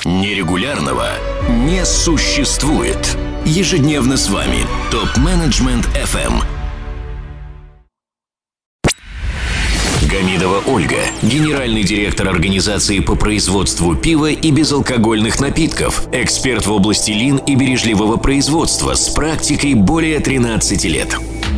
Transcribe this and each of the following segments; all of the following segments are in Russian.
Нерегулярного не существует. Ежедневно с вами ТОП-менеджмент FM. Гамидова Ольга, генеральный директор организации по производству пива и безалкогольных напитков, эксперт в области лин и бережливого производства с практикой более 13 лет.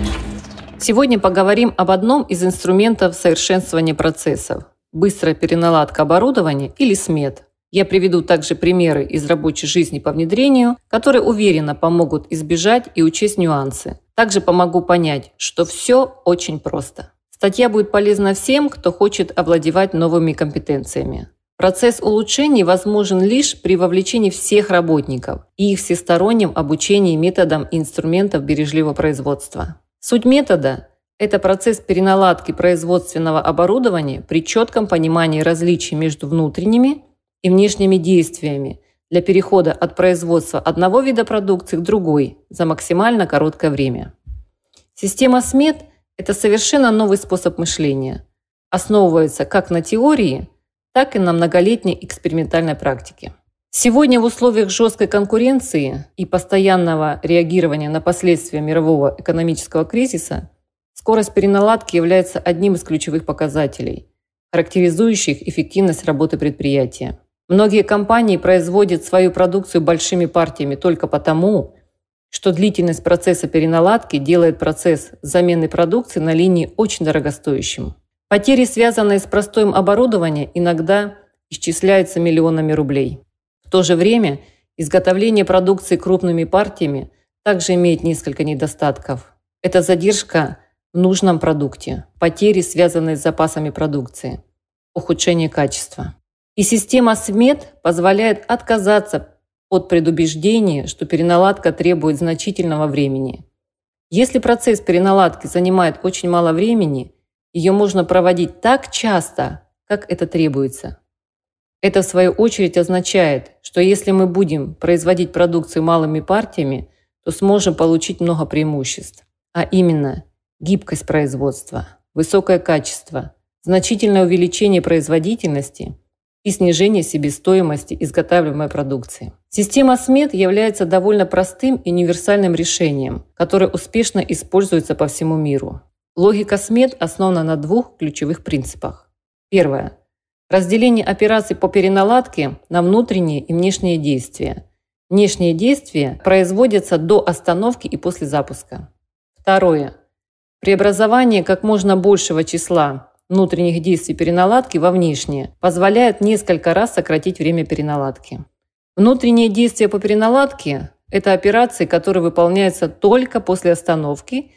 Сегодня поговорим об одном из инструментов совершенствования процессов – быстрая переналадка оборудования или СМЕД. Я приведу также примеры из рабочей жизни по внедрению, которые уверенно помогут избежать и учесть нюансы. Также помогу понять, что все очень просто. Статья будет полезна всем, кто хочет овладевать новыми компетенциями. Процесс улучшений возможен лишь при вовлечении всех работников и их всестороннем обучении методам и инструментов бережливого производства. Суть метода – это процесс переналадки производственного оборудования при четком понимании различий между внутренними и внешними действиями для перехода от производства одного вида продукции к другой за максимально короткое время. Система СМЕД – это совершенно новый способ мышления, основывается как на теории, так и на многолетней экспериментальной практике. Сегодня в условиях жесткой конкуренции и постоянного реагирования на последствия мирового экономического кризиса скорость переналадки является одним из ключевых показателей, характеризующих эффективность работы предприятия. Многие компании производят свою продукцию большими партиями только потому, что длительность процесса переналадки делает процесс замены продукции на линии очень дорогостоящим. Потери, связанные с простоем оборудования, иногда исчисляются миллионами рублей. В то же время изготовление продукции крупными партиями также имеет несколько недостатков. Это задержка в нужном продукте, потери, связанные с запасами продукции, ухудшение качества. И система СМЕД позволяет отказаться от предубеждения, что переналадка требует значительного времени. Если процесс переналадки занимает очень мало времени, ее можно проводить так часто, как это требуется. Это, в свою очередь, означает, что если мы будем производить продукцию малыми партиями, то сможем получить много преимуществ, а именно гибкость производства, высокое качество, значительное увеличение производительности и снижение себестоимости изготавливаемой продукции. Система СМЕД является довольно простым и универсальным решением, которое успешно используется по всему миру. Логика СМЕД основана на двух ключевых принципах. Первое. Разделение операций по переналадке на внутренние и внешние действия. Внешние действия производятся до остановки и после запуска. Второе. Преобразование как можно большего числа внутренних действий переналадки во внешние позволяет несколько раз сократить время переналадки. Внутренние действия по переналадке – это операции, которые выполняются только после остановки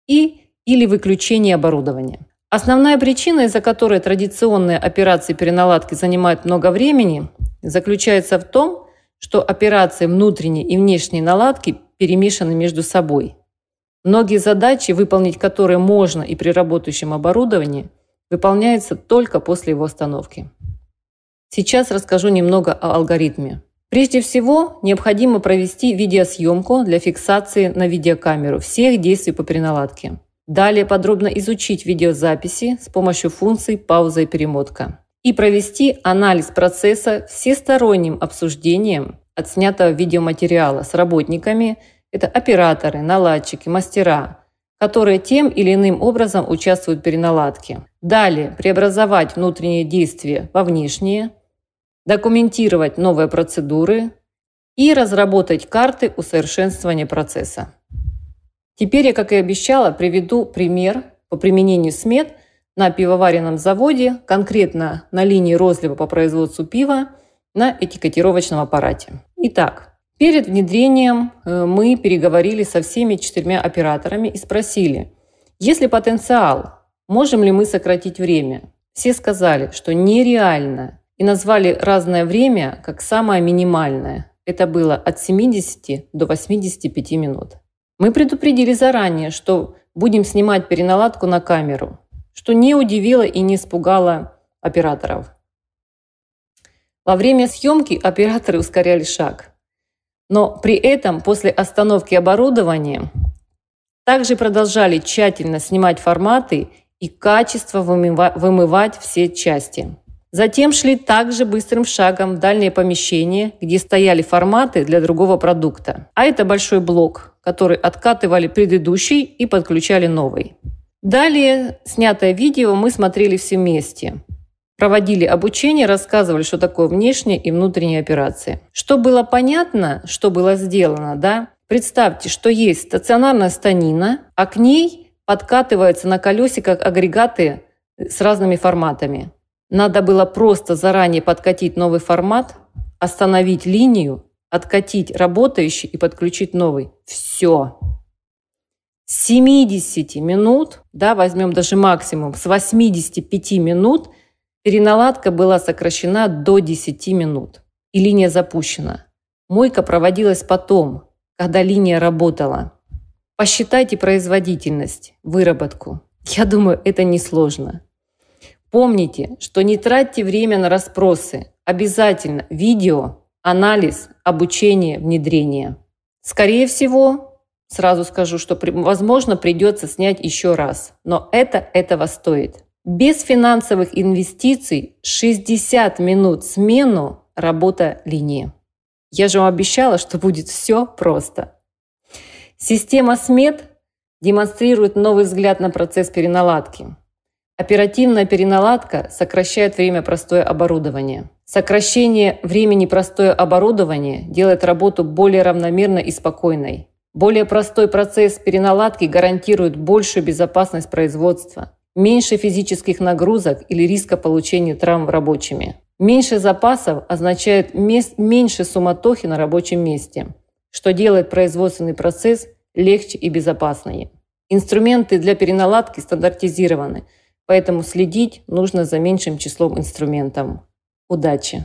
или выключения оборудования. Основная причина, из-за которой традиционные операции переналадки занимают много времени, заключается в том, что операции внутренней и внешней наладки перемешаны между собой. Многие задачи, выполнить которые можно и при работающем оборудовании, выполняется только после его остановки. Сейчас расскажу немного о алгоритме. Прежде всего, необходимо провести видеосъемку для фиксации на видеокамеру всех действий по переналадке. Далее подробно изучить видеозаписи с помощью функций «Пауза» и «Перемотка». И провести анализ процесса всесторонним обсуждением отснятого видеоматериала с работниками, это операторы, наладчики, мастера, которые тем или иным образом участвуют в переналадке. Далее преобразовать внутренние действия во внешние, документировать новые процедуры и разработать карты усовершенствования процесса. Теперь я, как и обещала, приведу пример по применению СМЕД на пивоваренном заводе, конкретно на линии розлива по производству пива на этикетировочном аппарате. Итак, перед внедрением мы переговорили со всеми 4 операторами и спросили, есть ли потенциал, можем ли мы сократить время. Все сказали, что нереально, и назвали разное время как самое минимальное. Это было от 70 до 85 минут. Мы предупредили заранее, что будем снимать переналадку на камеру, что не удивило и не испугало операторов. Во время съемки операторы ускоряли шаг. Но при этом после остановки оборудования также продолжали тщательно снимать форматы и качественно вымывать все части. Затем шли также быстрым шагом в дальнее помещение, где стояли форматы для другого продукта. А это большой блок, который откатывали предыдущий и подключали новый. Далее снятое видео мы смотрели все вместе. Проводили обучение, рассказывали, что такое внешняя и внутренняя операции. Что было понятно, что было сделано, да? Представьте, что есть стационарная станина, а к ней подкатываются на колесиках агрегаты с разными форматами. Надо было просто заранее подкатить новый формат, остановить линию, откатить работающий и подключить новый. Все. С 70 минут, да, возьмем даже максимум, с 85 минут переналадка была сокращена до 10 минут. И линия запущена. Мойка проводилась потом, когда линия работала. Посчитайте производительность, выработку. Я думаю, это несложно. Помните, что не тратьте время на расспросы. Обязательно видео, анализ, обучение, внедрение. Скорее всего, сразу скажу, что, возможно, придется снять еще раз. Но это этого стоит. Без финансовых инвестиций 60 минут смену работа линии. Я же вам обещала, что будет все просто. Система СМЕД демонстрирует новый взгляд на процесс переналадки. Оперативная переналадка сокращает время простое оборудование. Сокращение времени простое оборудование делает работу более равномерной и спокойной. Более простой процесс переналадки гарантирует большую безопасность производства, меньше физических нагрузок или риска получения травм рабочими. Меньше запасов означает меньше суматохи на рабочем месте, что делает производственный процесс легче и безопаснее. Инструменты для переналадки стандартизированы, поэтому следить нужно за меньшим числом инструментов. Удачи!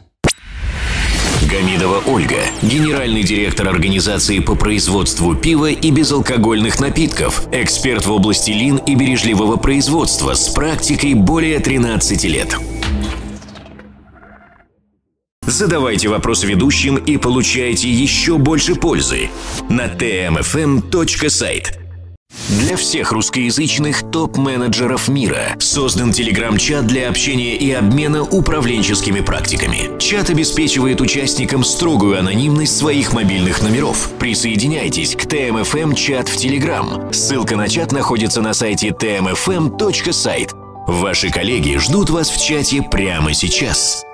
Гамидова Ольга, генеральный директор организации по производству пива и безалкогольных напитков, эксперт в области лин и бережливого производства с практикой более 13 лет. Задавайте вопросы ведущим и получайте еще больше пользы на tmfm.site. Для всех русскоязычных топ-менеджеров мира создан телеграм-чат для общения и обмена управленческими практиками. Чат обеспечивает участникам строгую анонимность своих мобильных номеров. Присоединяйтесь к TMFM-чат в Телеграм. Ссылка на чат находится на сайте tmfm.site. Ваши коллеги ждут вас в чате прямо сейчас.